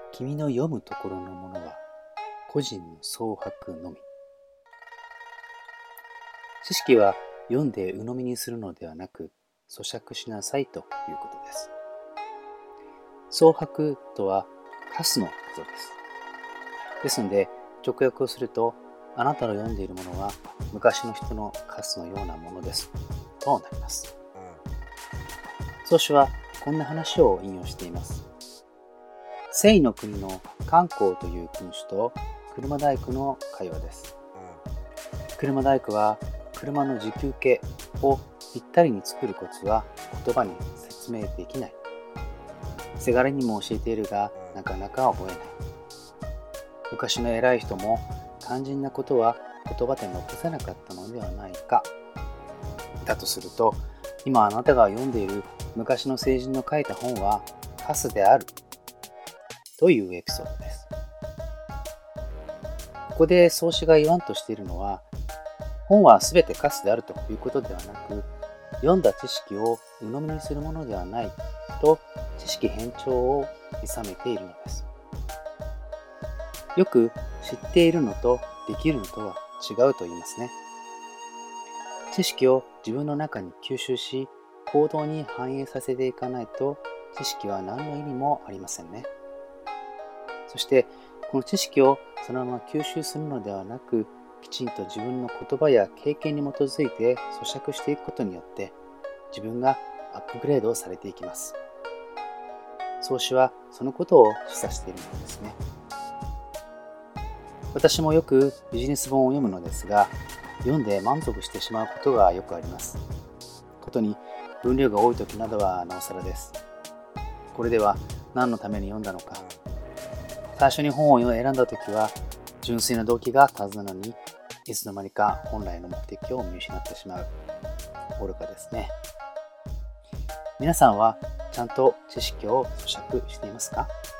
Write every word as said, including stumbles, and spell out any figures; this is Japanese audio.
君の読むところのものは個人の創白のみ。知識は読んで鵜呑みにするのではなく、咀嚼しなさいということです。創白とはカスのことです。ですので、直訳をすると、あなたの読んでいるものは昔の人のカスのようなものですとなります。宗主はこんな話を引用しています。西の国の漢光という君主と車大工の会話です。車大工は車の持久系をぴったりに作るコツは言葉に説明できない。せがれにも教えているがなかなか覚えない。昔の偉い人も肝心なことは言葉で残せなかったのではないか。だとすると、今あなたが読んでいる昔の聖人の書いた本はカスであるというエピソードです。ここで宗主が言わんとしているのは、本はすべてカスであるということではなく、読んだ知識を鵜呑みにするものではないと知識偏重を諌めているのです。よく知っているのとできるのとは違うと言いますね。知識を自分の中に吸収し、行動に反映させていかないと知識は何の意味もありませんね。そしてこの知識をそのまま吸収するのではなく、きちんと自分の言葉や経験に基づいて咀嚼していくことによって自分がアップグレードをされていきます。宗主はそのことを示唆しているのですね。私もよくビジネス本を読むのですが、読んで満足してしまうことがよくあります。ことに分量が多い時などはなおさらです。これでは何のために読んだのか。最初に本を選んだ時は純粋な動機があったはずなのに、いつの間にか本来の目的を見失ってしまう。愚かですね。皆さんはちゃんと知識を咀嚼していますか？